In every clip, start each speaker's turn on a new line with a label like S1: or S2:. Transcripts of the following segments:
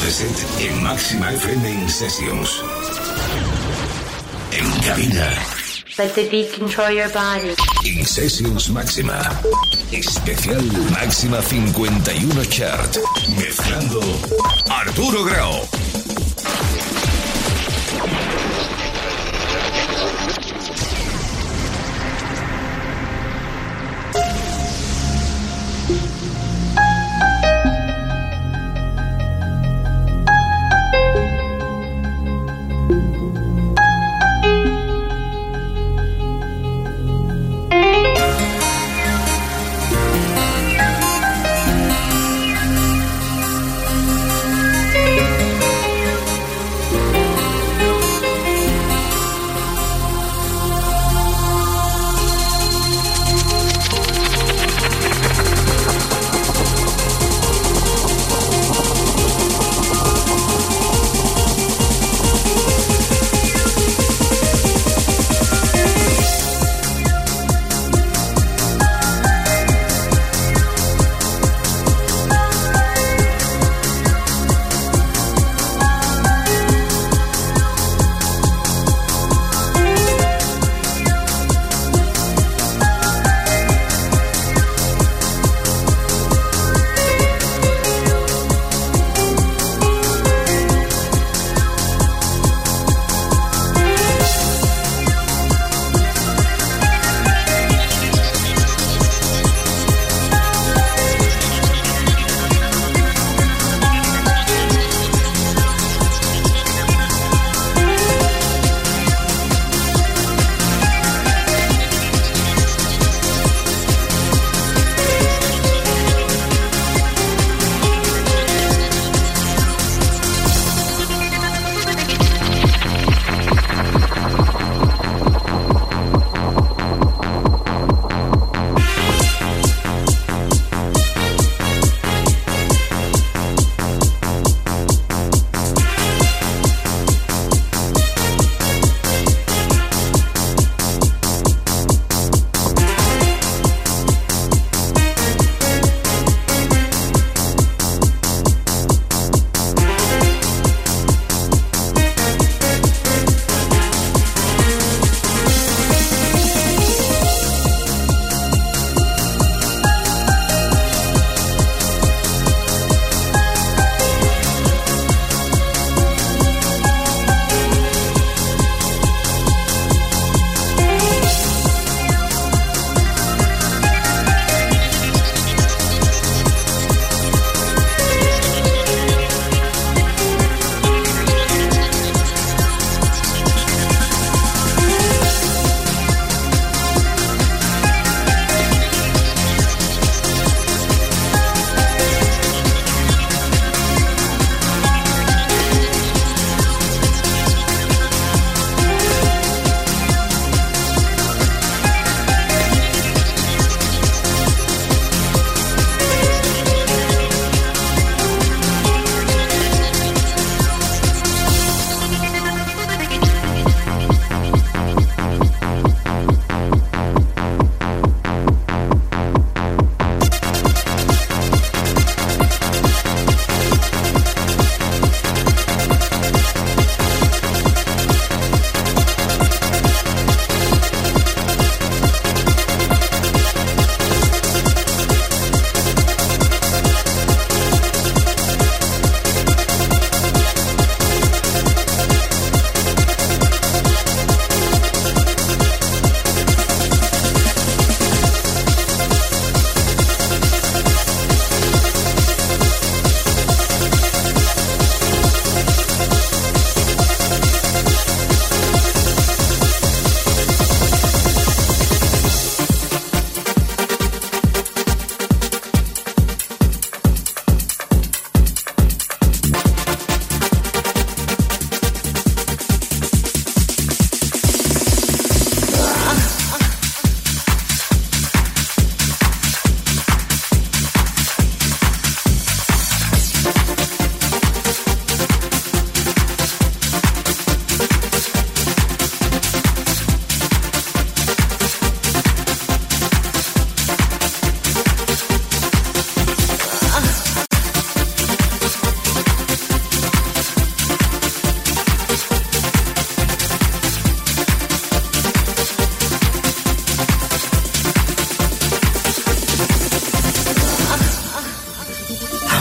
S1: de set en Máxima FM In Sessions. En cabina.
S2: Let the beat control your body.
S1: In Sessions Máxima. Especial Máxima 51 Chart. Mezclando Arturo Grau.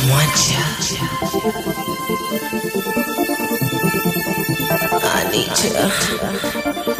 S3: want you. I need you.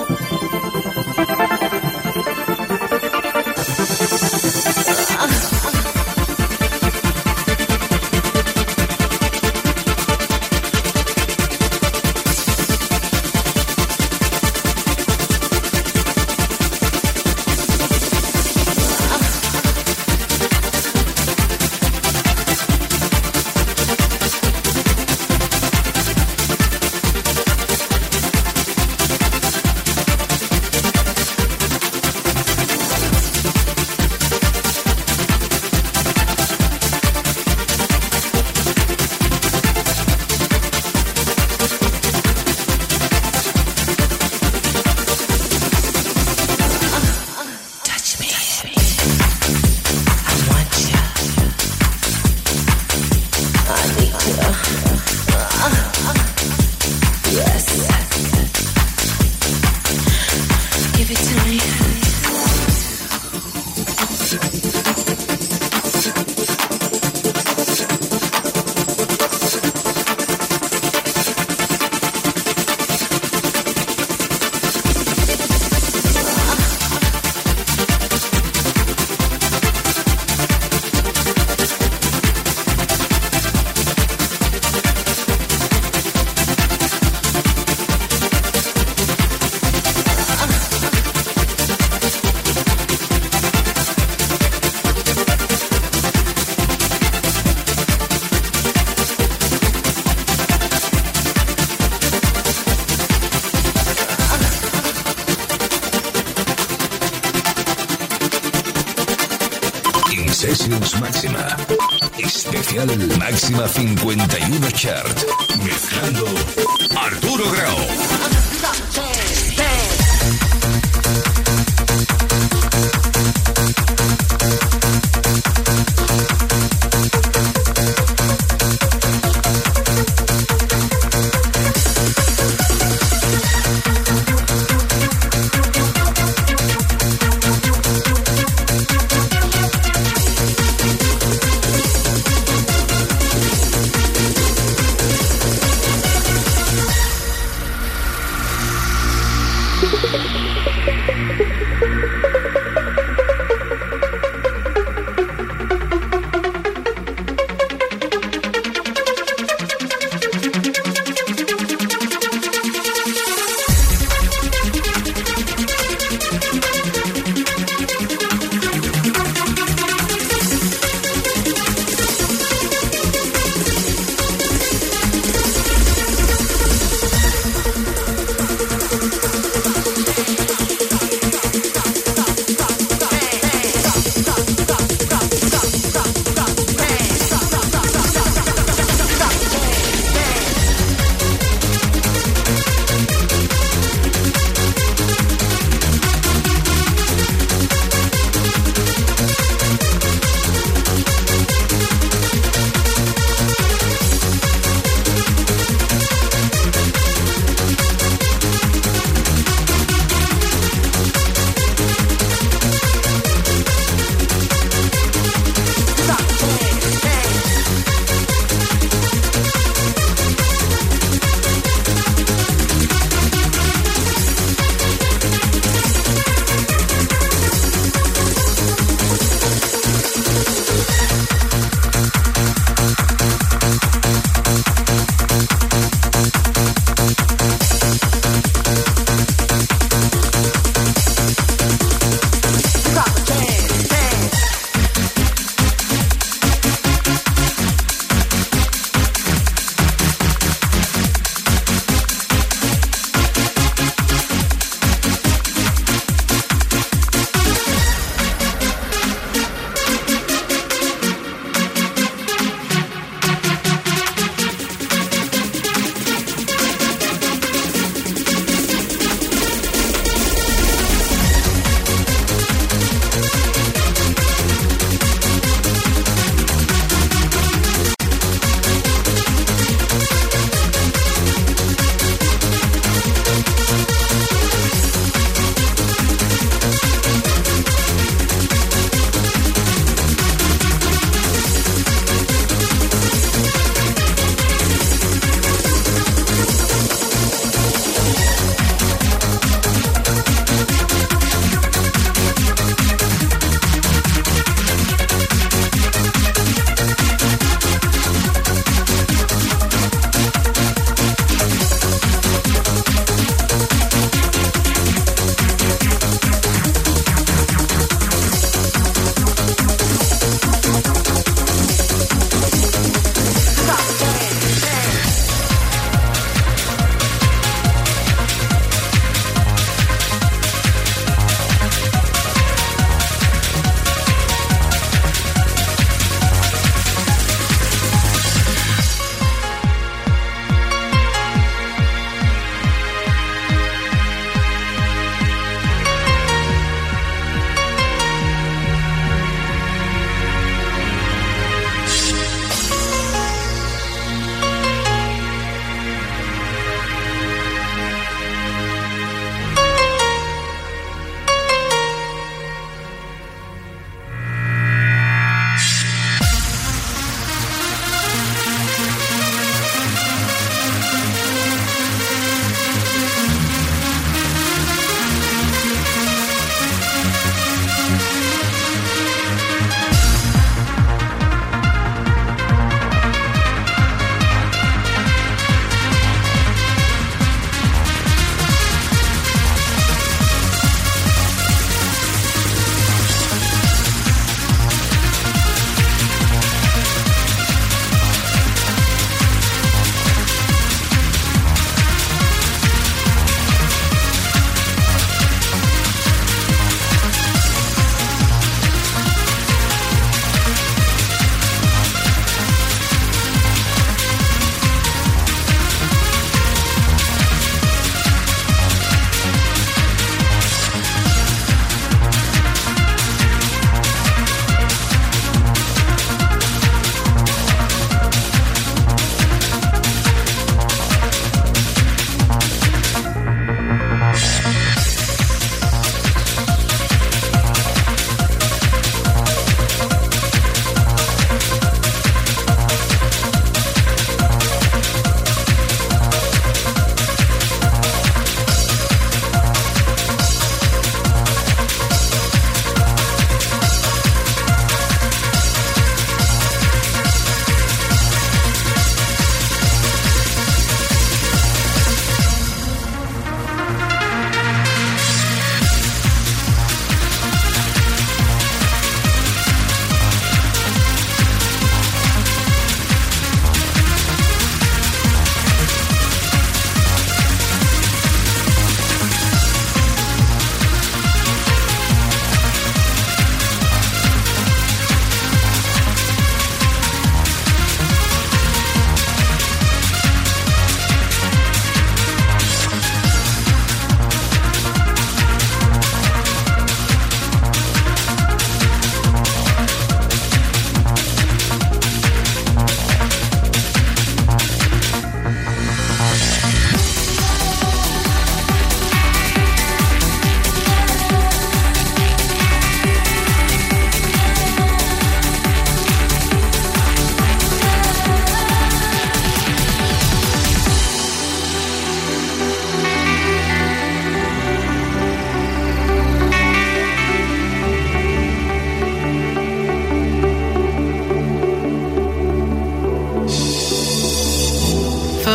S1: Sessions Máxima. Especial Máxima 51 Chart. Mezclando Arturo Grau.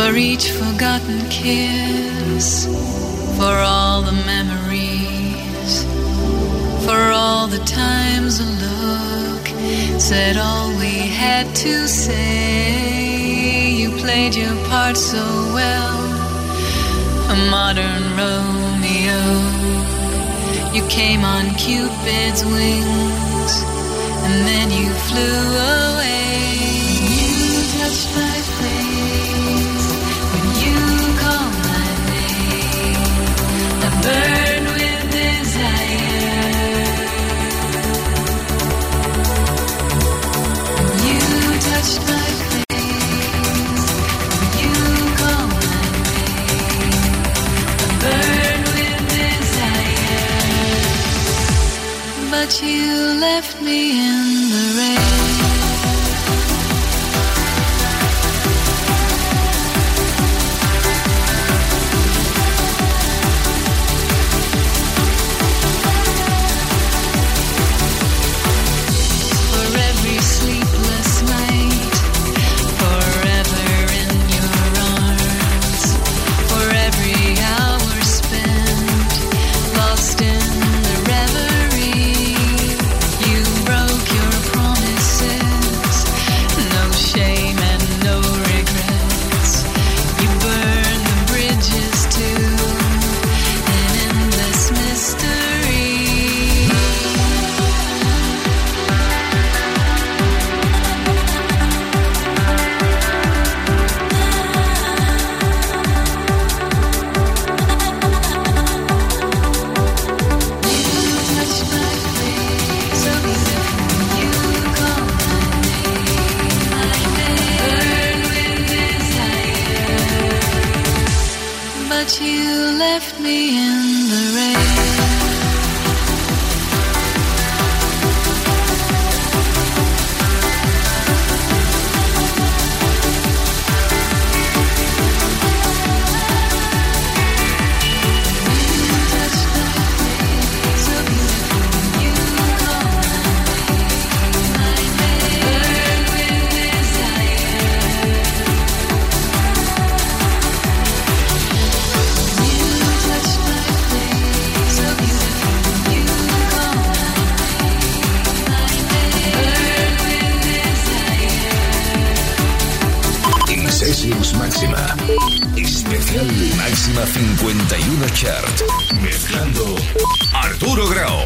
S4: for each forgotten kiss, for all the memories, for all the times a look said all we had to say. You played your part so well, a modern Romeo. You came on Cupid's wings, and then you flew away. You touched my face when you called my name. I burned with desire. You touched my face when you called my name. I burned with desire, but you left me in the rain.
S1: Máxima. Especial Máxima 51 Chart. Mezclando Arturo Grau.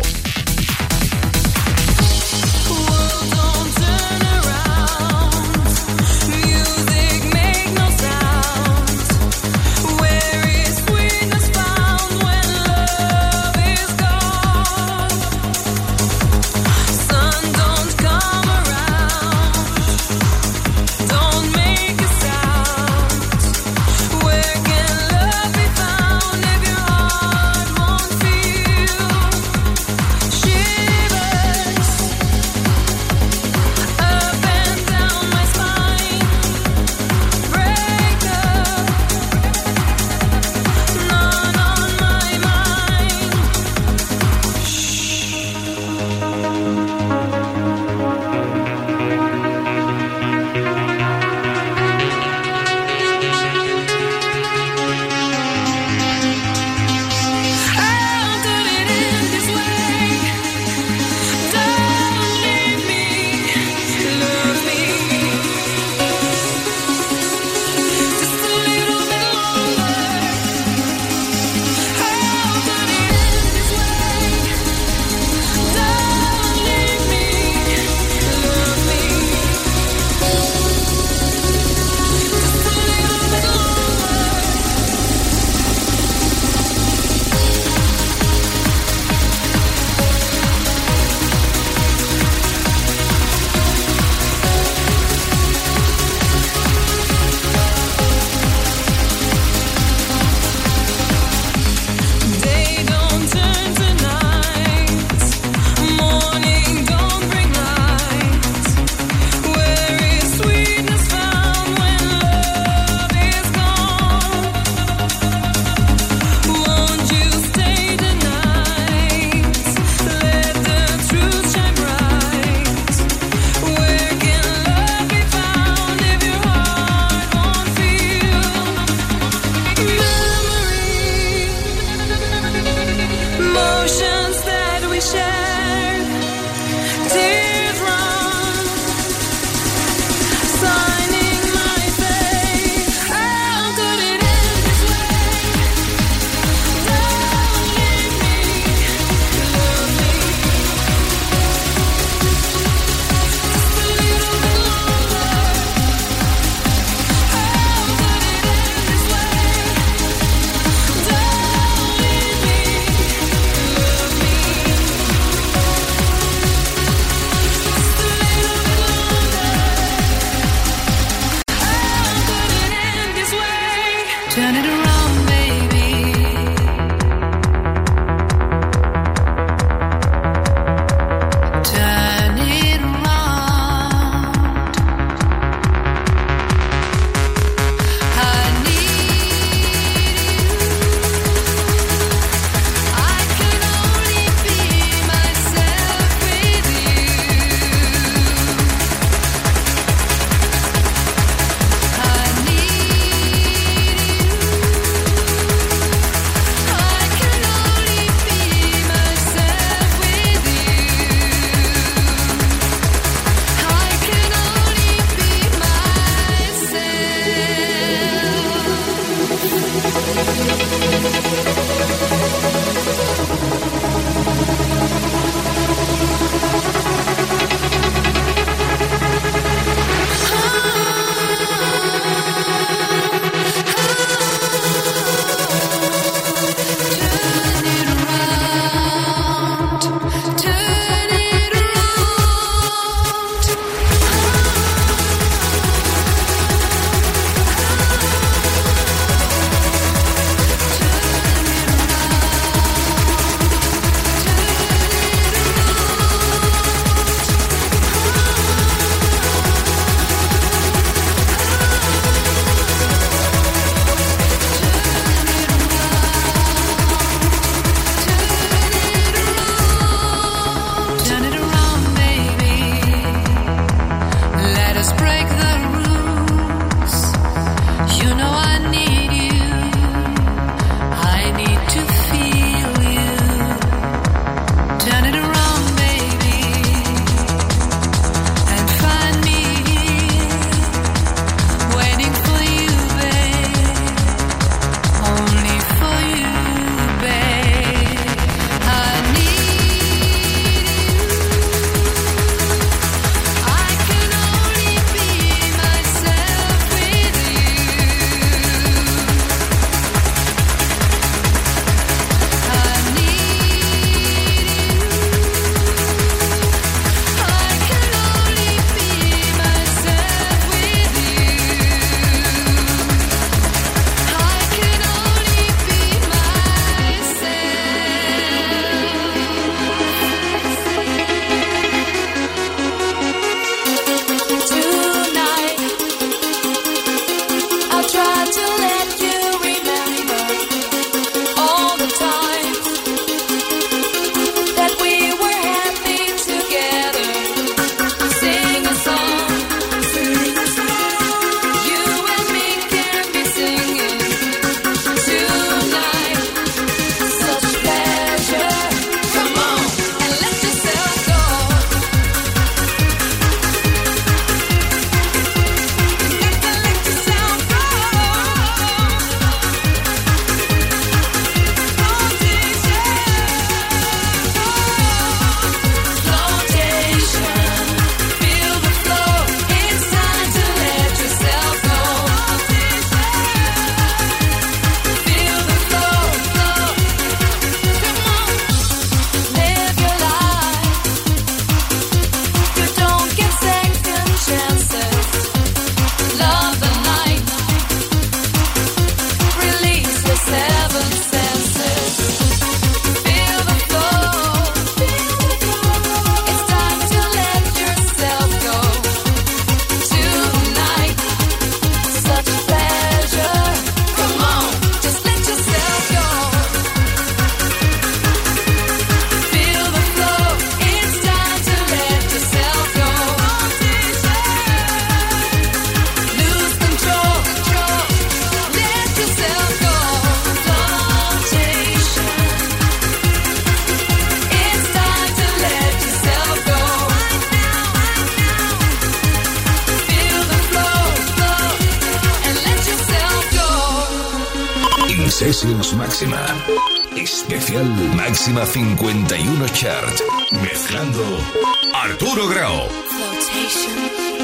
S1: Sessions Máxima. Especial Máxima 51 Chart. Mezclando Arturo Grau.
S5: Flotation.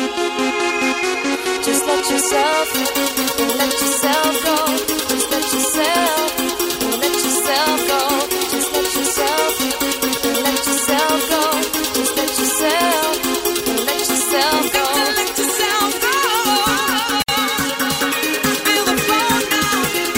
S5: Just let yourself go. Just let yourself go. Just let yourself go. Just let yourself go. Feel the flow now.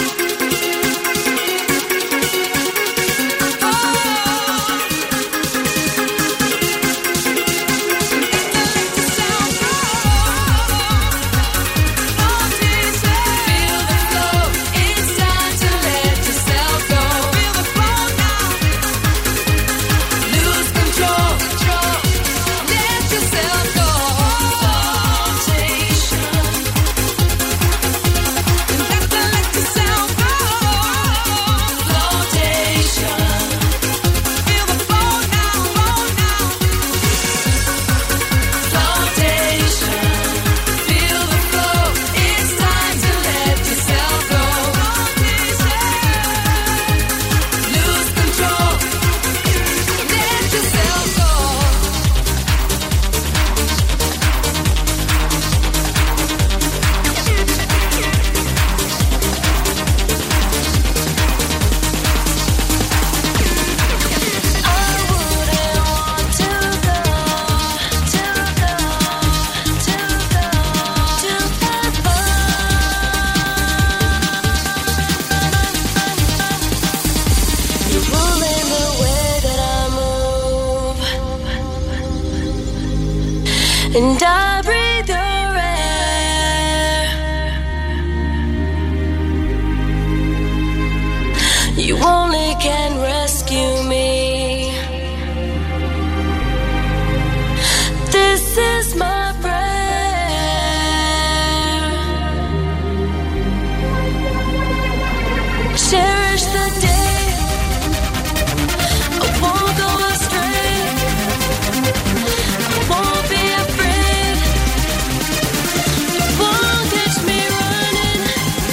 S5: And I breathe your air. You only can rescue me. This is my prayer. Cherish the day I won't go astray. I won't be afraid. You won't catch me running.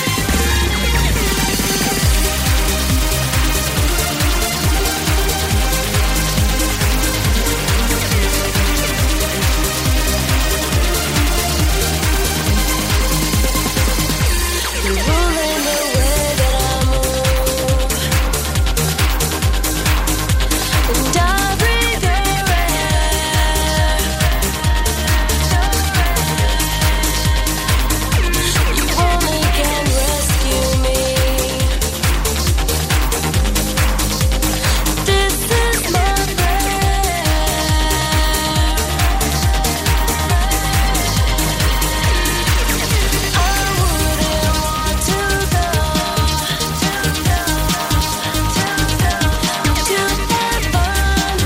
S5: You're ruling the way that I move. And I breathe your air. You only can rescue me. This is my prayer. I wouldn't want to go to that fun.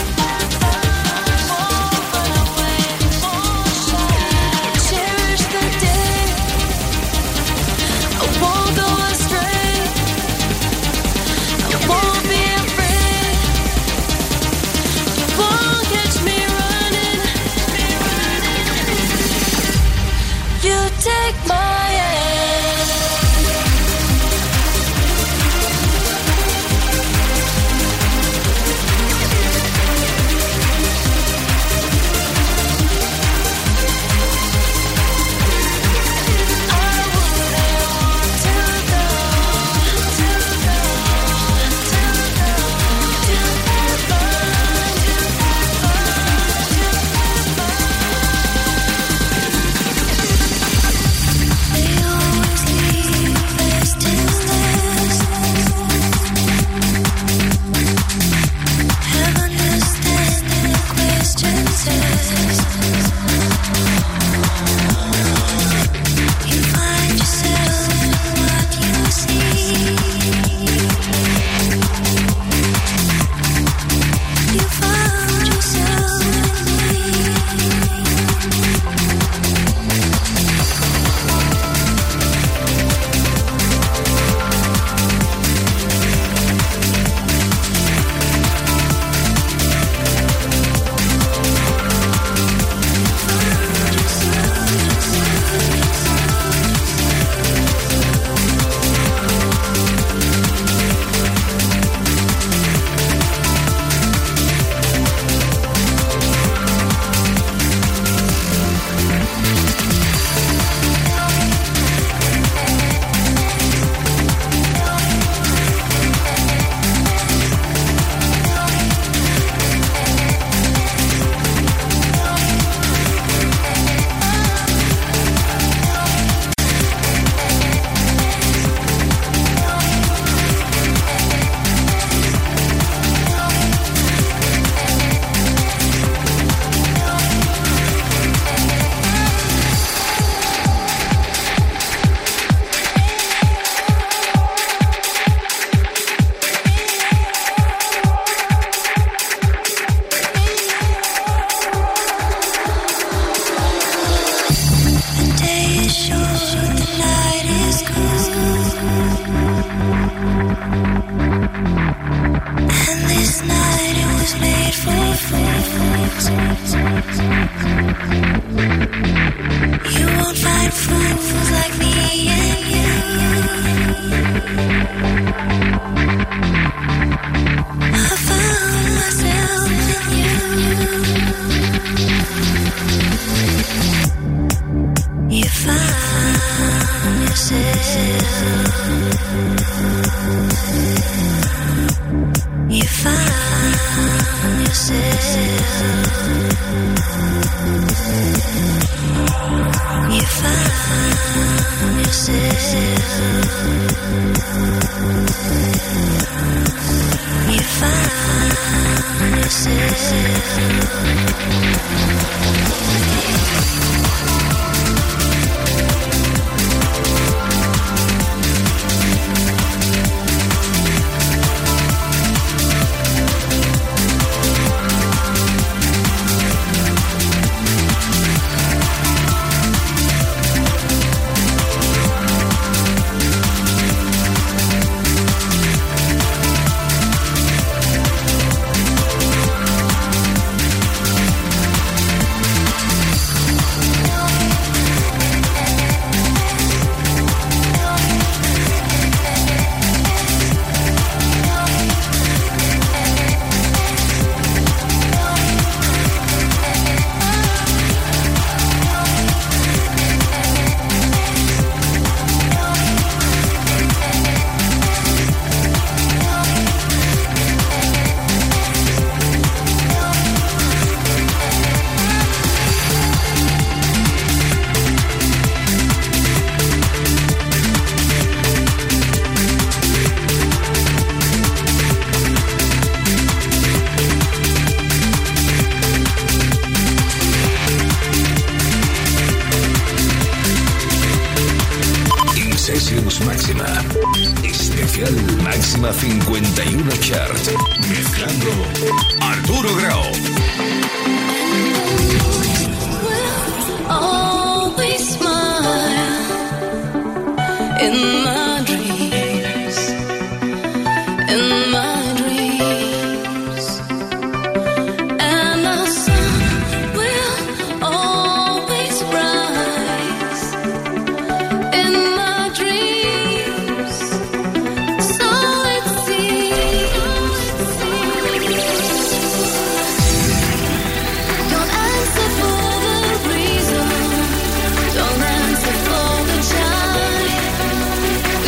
S5: Won't run away, won't shy. Cherish the day I won't go astray. I won't be afraid. You won't catch me running. You take my hand. I wouldn't want to go to that fun. They always leave And this night it was made for fools. You won't find fools like me and you. I found myself in you. You found yourself. You found yourself. You found yourself. You found yourself.
S1: Máxima. Especial Máxima 51 Chart. Mezclando Arturo Grau.
S5: Always smile in my dreams, in my dreams, and the sun will always rise in my dreams. So it seems. Don't answer for the reason. Don't answer for the time.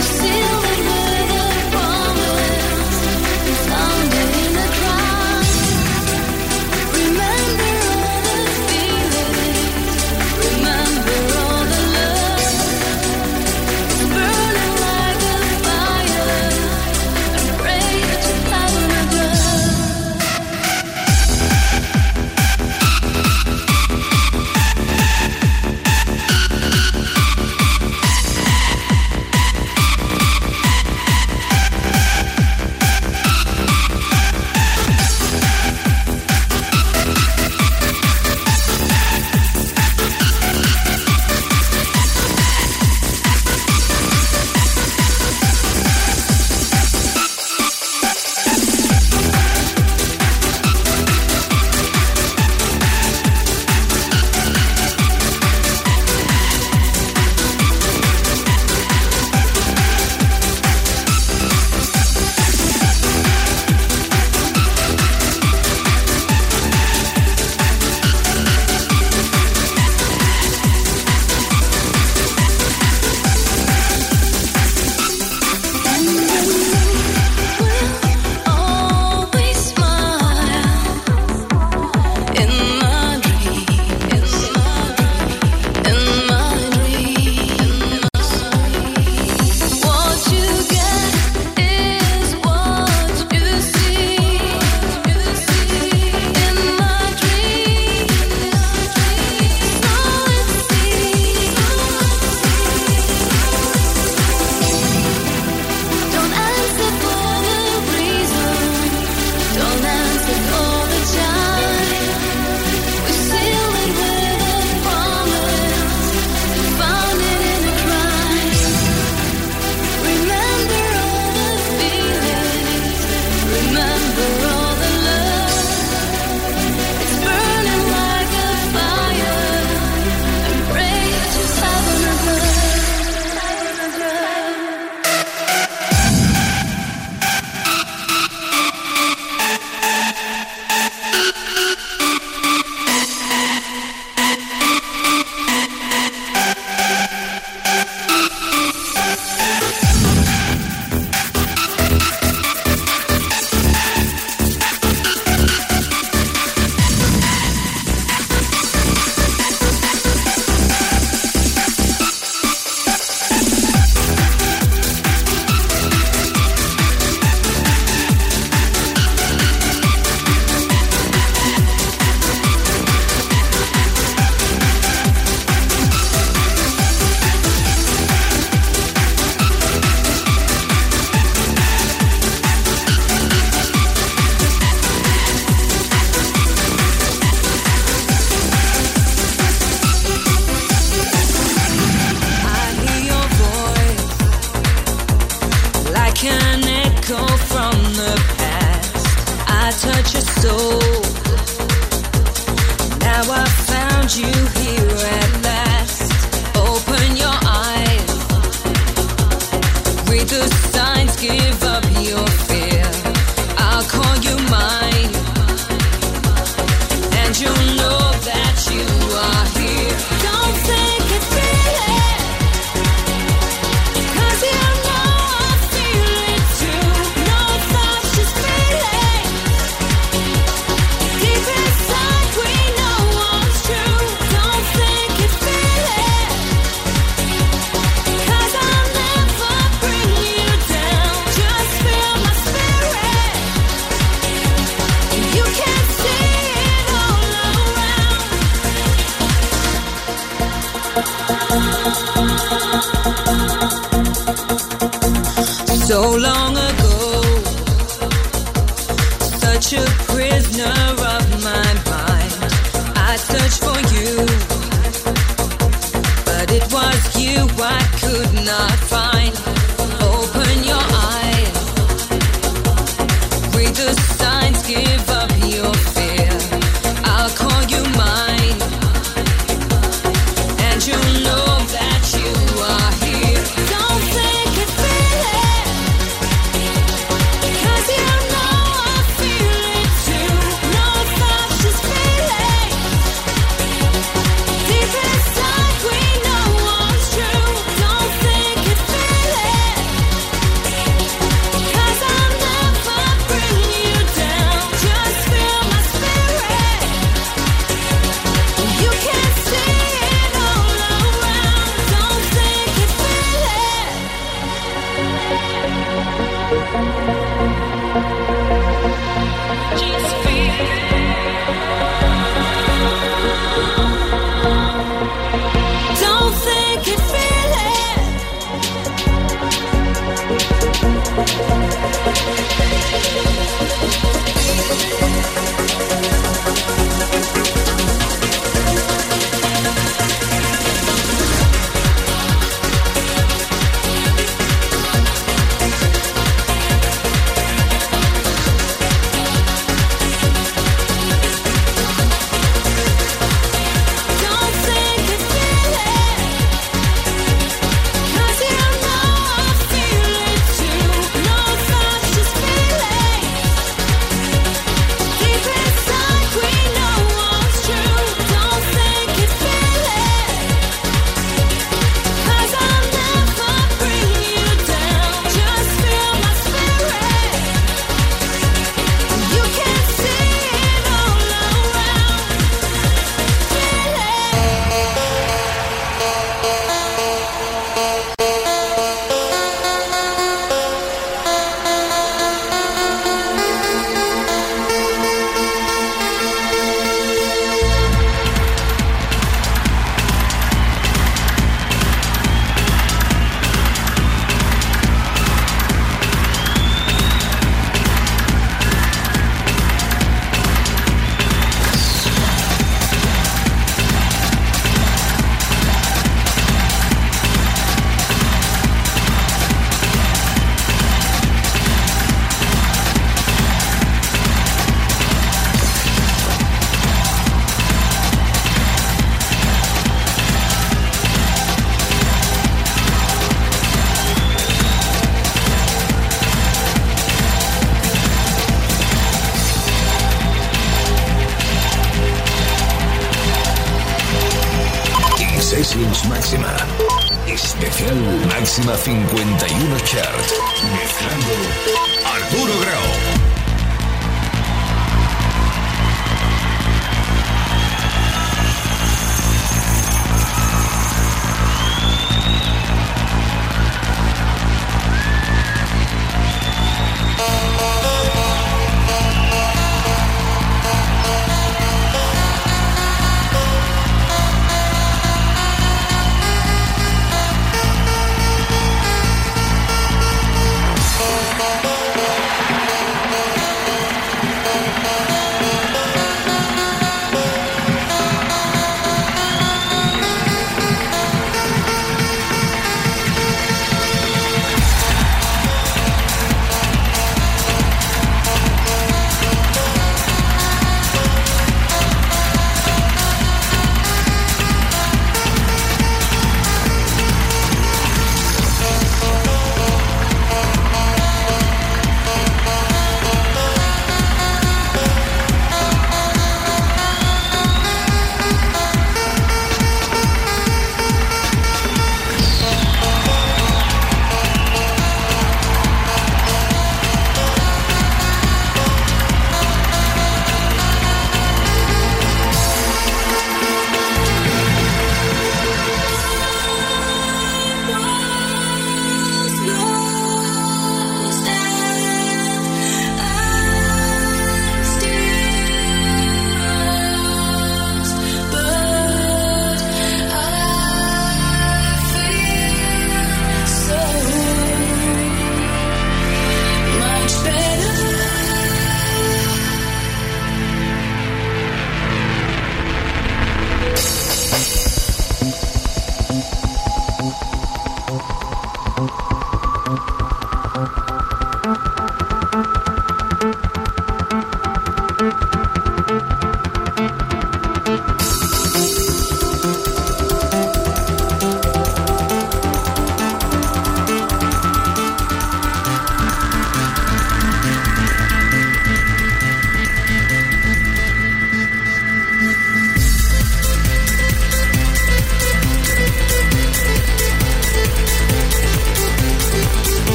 S3: touch your soul. Now I found you here at last. Open your eyes. Read the signs, give up your fear. I'll call you mine, and you'll know that you are here. Don't think it's real, 'cause you know I feel it too. No thoughts, just feeling. Deep inside we know what's true. Don't think it's real, 'cause I'll never bring you down. Just feel my spirit. You can see it all around. So long ago, such a prisoner of my mind. I searched for you, but it was you I could not find. Open your eyes, read the signs, give up your fear. I'll call you mine, and you'll know that you are here. Don't think it's real, 'cause you know I feel it too. No thoughts, just feeling. Deep inside we know what's true. Don't think it's real, 'cause I'll never bring you down. Just feel my spirit. You can see it all around. Don't think it's real. Just feel it. Don't think it's real. Don't think it's real, 'cause you know I feel it too. No thoughts, just feeling. Deep inside we know what's true. Don't think it's real, 'cause I'll never bring you down. Just feel my spirit. You can see it all around.
S1: Sessions Máxima. Especial Máxima 51 Chart. Mezclando Arturo Grau.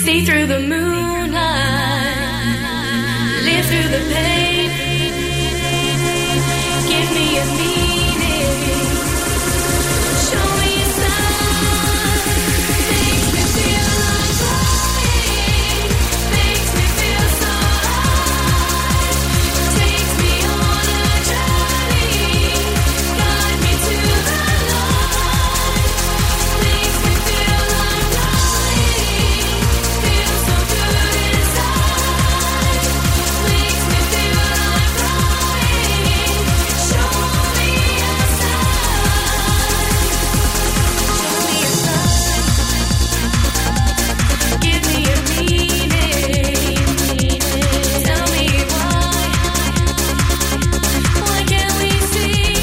S4: See through the moonlight, live through the pain. Give me a meaning, show me a sign. Makes me feel like flying, makes me feel so high. Takes me on a journey, guide me to the light. Makes me feel like flying, feel so good inside. Makes me feel like flying, show me a sign. Show me a sign, give me a meaning. Tell me why can't we see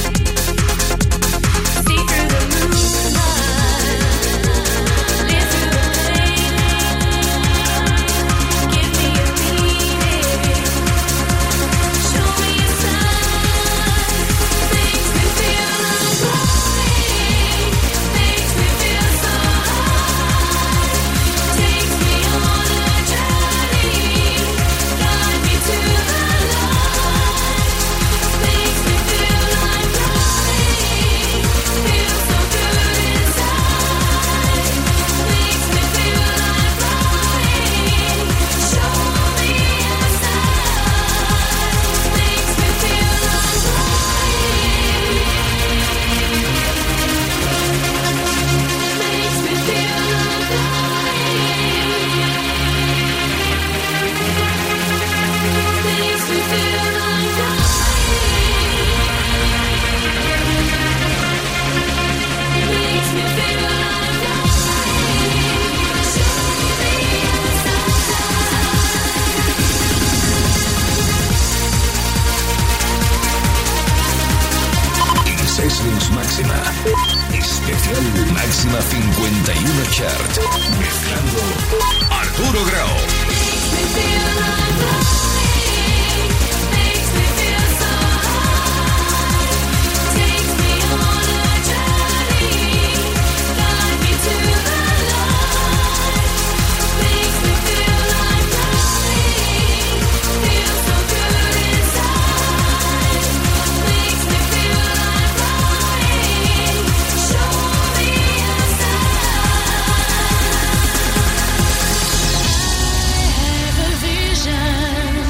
S4: through the moonlight, live through the pain. Give me a meaning, show me a sign. Makes me feel like flying, makes me feel so high. Takes me on a journey, guide me to the light. Makes me feel like flying, feel so good inside. Makes me feel like flying, show me a sign. Makes me feel like flying. Makes me feel like flying. Makes me feel like flying. Makes me feel like flying. Show me a
S1: In Sessions Máxima, especial Máxima 51 Chart, mezclando Arturo Grau.
S4: Makes me feel like flying. Makes me feel so high. Takes me on a journey, guide me to the light. Makes me feel like flying, feel so good inside. Makes me feel like flying, show me a sign. I have a vision.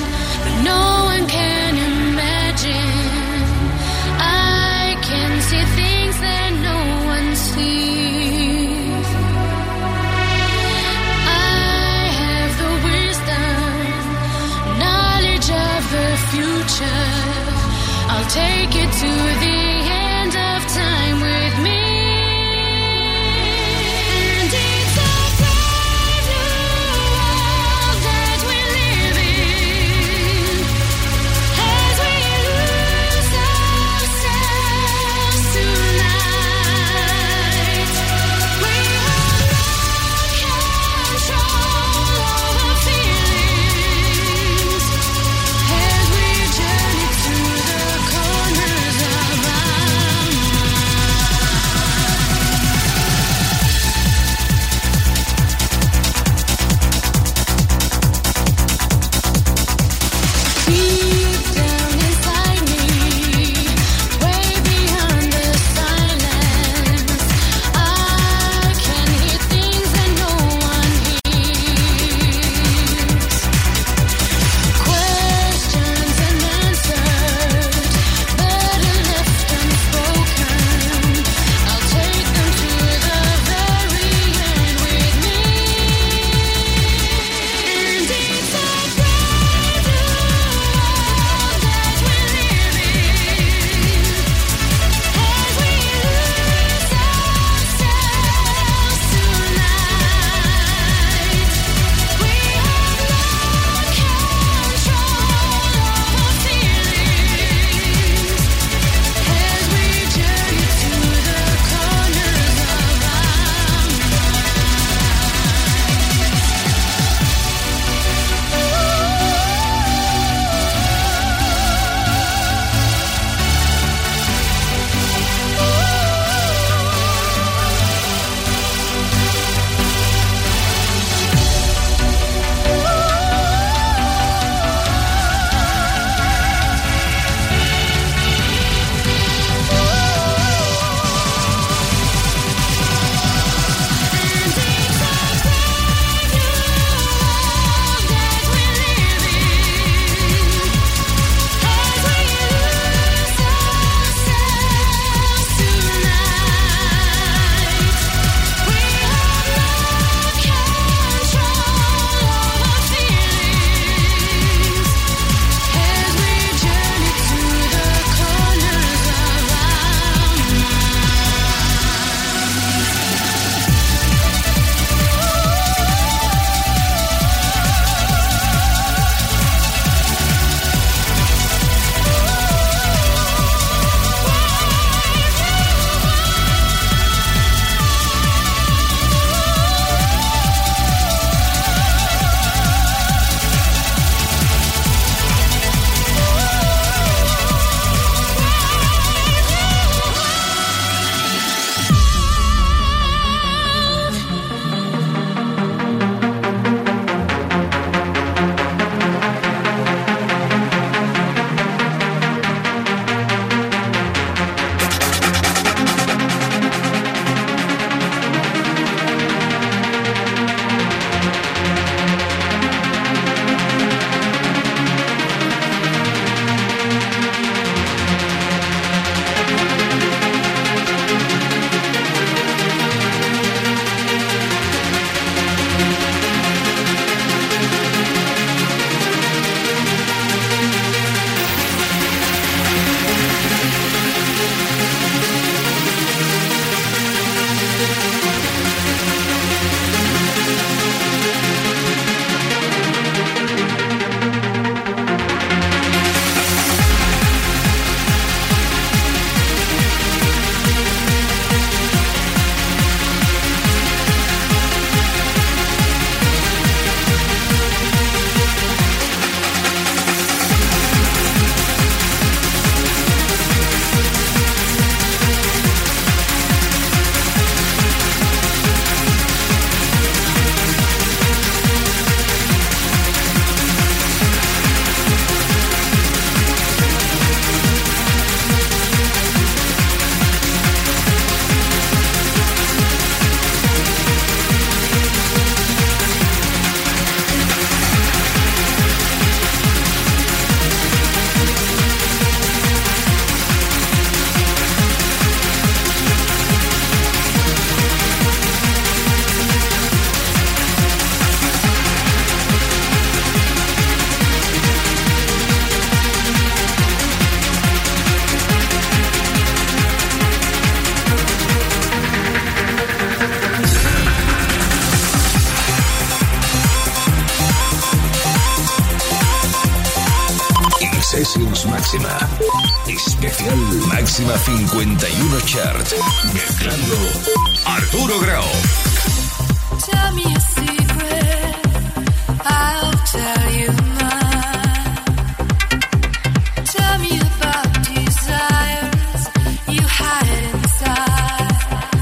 S1: Sessions Máxima. Especial Máxima 51 Chart. Mezclando Arturo Grau.
S4: Tell me a secret, I'll tell you mine. Tell me about desires you hide inside.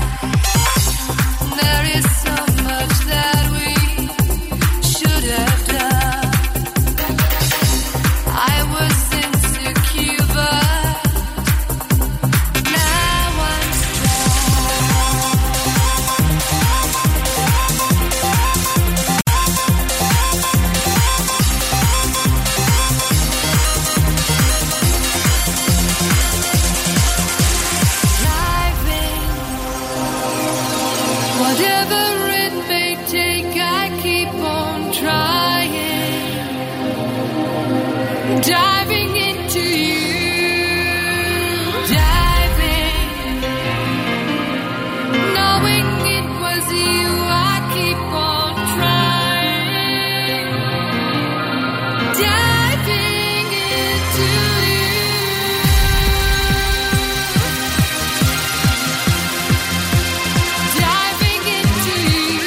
S4: There is so much that we should have done. I was insecure, but now I'm whatever it may take, I keep on trying, diving into you, diving, knowing it was you. I keep on trying, diving into you. Diving into you.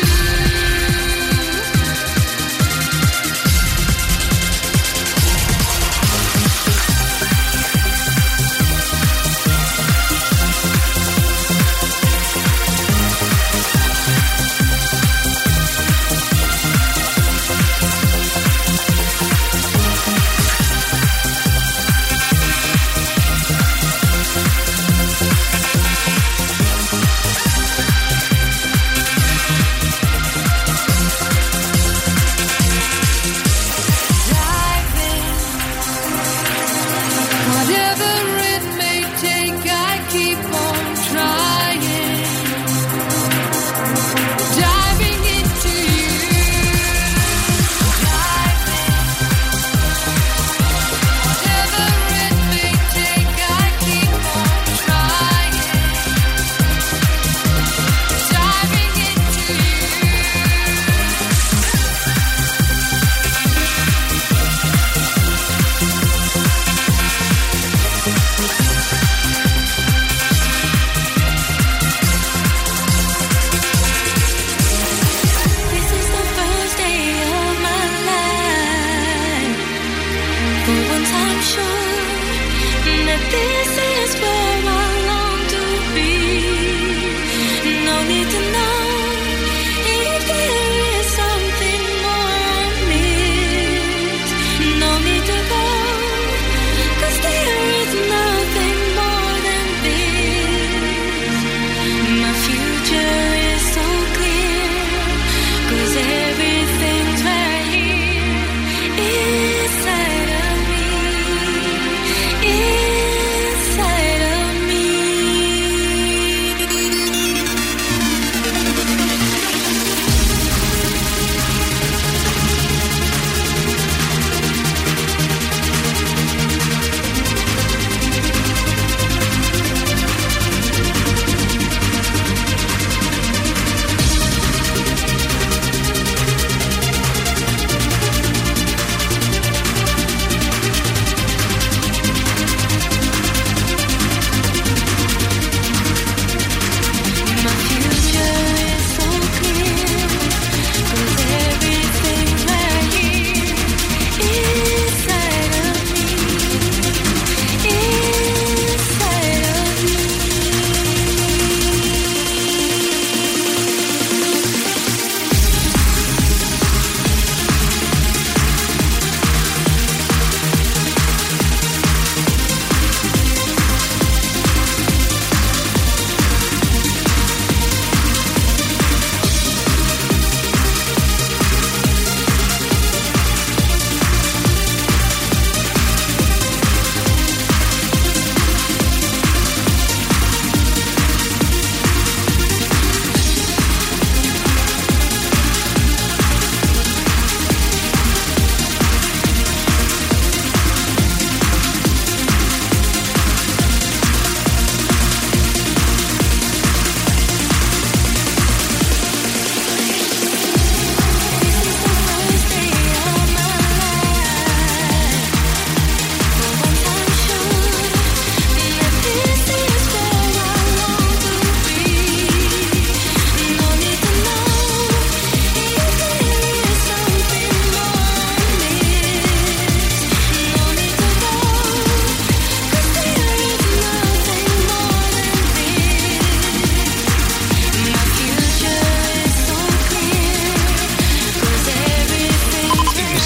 S4: Diving, whatever it may take, I keep on trying, diving into you, diving, whatever it may take, I keep on trying, diving into you.
S5: This is the first day of my life. For once I'm sure that this is where I long to be. No need to know if there is something more I miss. No need to go, 'cause there is nothing more than this. My future is so clear, 'cause everything's right here inside of me, inside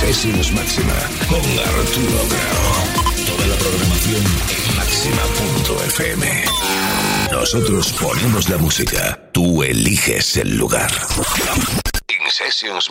S1: Sessions Máxima con Arturo Grau. Toda la programación en máxima.fm. Nosotros ponemos la música, tú eliges el lugar. In Sessions